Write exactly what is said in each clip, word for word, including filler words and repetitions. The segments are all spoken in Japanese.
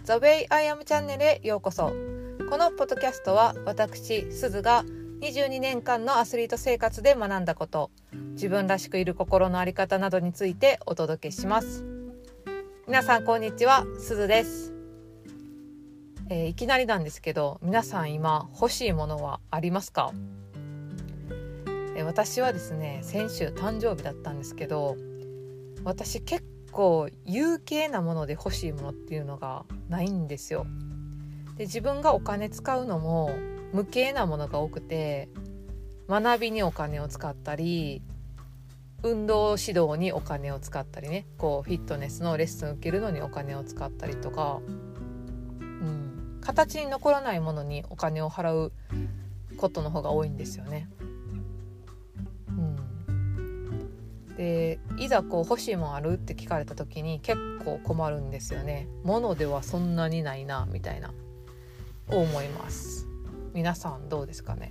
The Way I Am チャンネルへようこそ。このポッドキャストは私すずがにじゅうにねんかんのアスリート生活で学んだこと、自分らしくいる心の在り方などについてお届けします。皆さんこんにちは、すずです。えー、いきなりなんですけど、皆さん今欲しいものはありますか？えー、私はですね、先週誕生日だったんですけど、私結構有形なもので欲しいものっていうのがないんですよ。で、自分がお金使うのも無形なものが多くて、学びにお金を使ったり、運動指導にお金を使ったりね、こうフィットネスのレッスン受けるのにお金を使ったりとか、うん、形に残らないものにお金を払うことの方が多いんですよね。で、いざこう欲しいもんあるって聞かれた時に結構困るんですよね。物ではそんなにないなみたいな思います。皆さんどうですかね。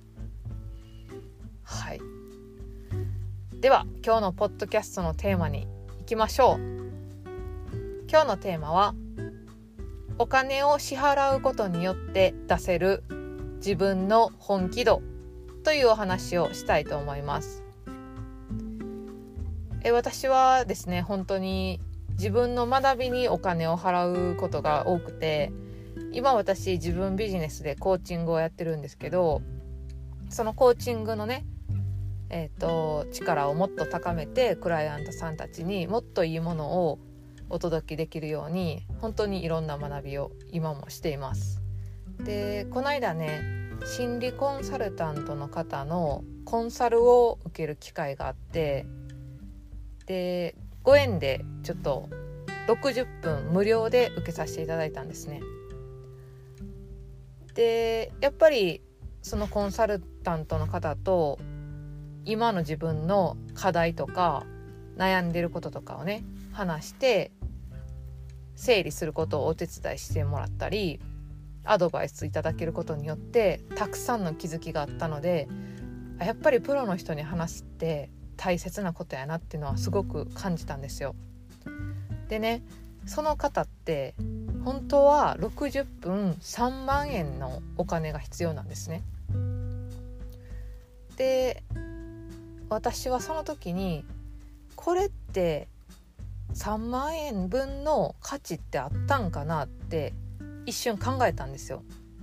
はい。では今日のポッドキャストのテーマに行きましょう。今日のテーマは、お金を支払うことによって出せる自分の本気度というお話をしたいと思います。え私はですね、本当に自分の学びにお金を払うことが多くて、今私自分ビジネスでコーチングをやってるんですけど、そのコーチングのね、えーと、力をもっと高めてクライアントさんたちにもっといいものをお届けできるように、本当にいろんな学びを今もしています。で、この間ね、心理コンサルタントの方のコンサルを受ける機会があって、でご縁でちょっとろくじゅっぷん無料で受けさせていただいたんですね。でやっぱりそのコンサルタントの方と今の自分の課題とか悩んでることとかをね話して整理することをお手伝いしてもらったり、アドバイスいただけることによってたくさんの気づきがあったので、やっぱりプロの人に話すって大切なことやなっていうのはすごく感じたんですよ。でね、その方って本当はろくじゅっぷんさんまんえんのお金が必要なんですね。で、私はその時にこれってさんまんえんぶんの価値ってあったんかなって一瞬考えたんですよ。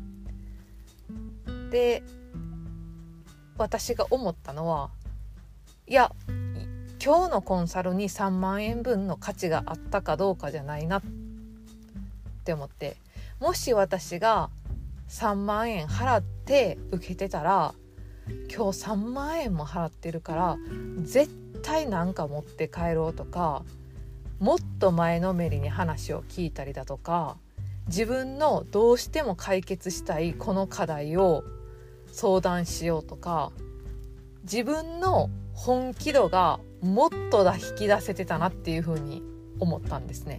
で、私が思ったのは、いや、今日のコンサルにさんまんえんぶんの価値があったかどうかじゃないなって思って、もし私がさんまんえん払って受けてたら、今日さんまんえんも払ってるから絶対なんか持って帰ろうとか、もっと前のめりに話を聞いたりだとか、自分のどうしても解決したいこの課題を相談しようとか、自分の本気度がもっとだ引き出せてたなっていうふうに思ったんですね。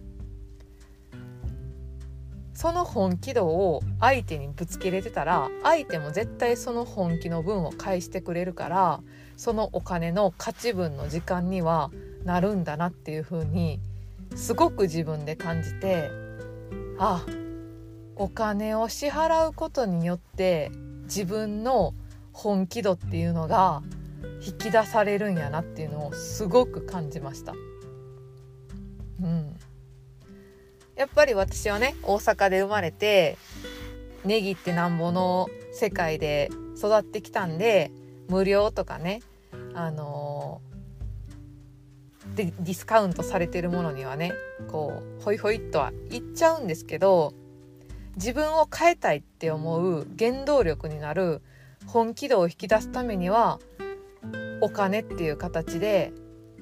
その本気度を相手にぶつけれてたら、相手も絶対その本気の分を返してくれるから、そのお金の価値分の時間にはなるんだなっていうふうにすごく自分で感じて、あ、お金を支払うことによって自分の本気度っていうのが引き出されるんやなっていうのをすごく感じました。うん。やっぱり私はね、大阪で生まれてネギってなんぼの世界で育ってきたんで、無料とかね、あのー、でディスカウントされてるものにはね、こうホイホイっとは言っちゃうんですけど、自分を変えたいって思う原動力になる本気度を引き出すためには、お金っていう形で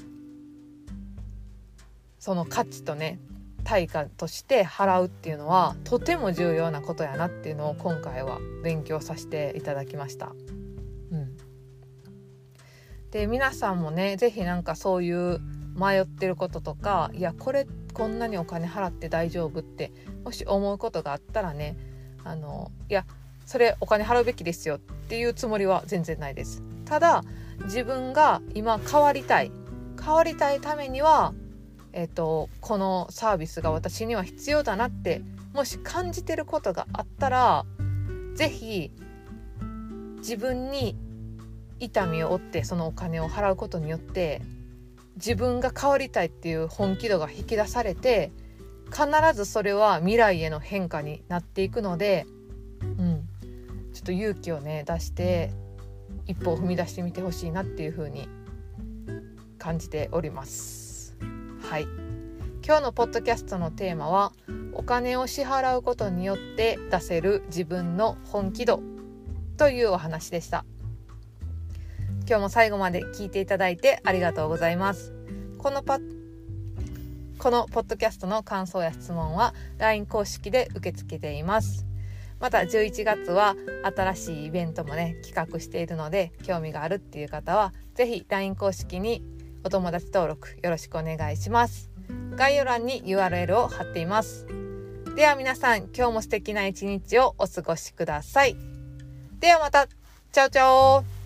その価値とね対価として払うっていうのはとても重要なことやなっていうのを今回は勉強させていただきました。うん、で、皆さんもね、ぜひなんかそういう迷ってることとか、いやこれこんなにお金払って大丈夫ってもし思うことがあったらね、あのいやそれお金払うべきですよっていうつもりは全然ないです。ただ自分が今変わりたい変わりたいためにはえーと、このサービスが私には必要だなってもし感じてることがあったら、ぜひ自分に痛みを負ってそのお金を払うことによって自分が変わりたいっていう本気度が引き出されて、必ずそれは未来への変化になっていくので、うん、ちょっと勇気をね出して一歩を踏み出してみてほしいなっていう風に感じております。はい、今日のポッドキャストのテーマは、お金を支払うことによって出せる自分の本気度というお話でした。今日も最後まで聞いていただいてありがとうございます。このパこのポッドキャストの感想や質問は ライン 公式で受け付けています。またじゅういちがつは新しいイベントもね企画しているので、興味があるっていう方はぜひ ライン 公式にお友達登録よろしくお願いします。概要欄に ユーアールエル を貼っています。では皆さん、今日も素敵な一日をお過ごしください。ではまた。チャオチャオ。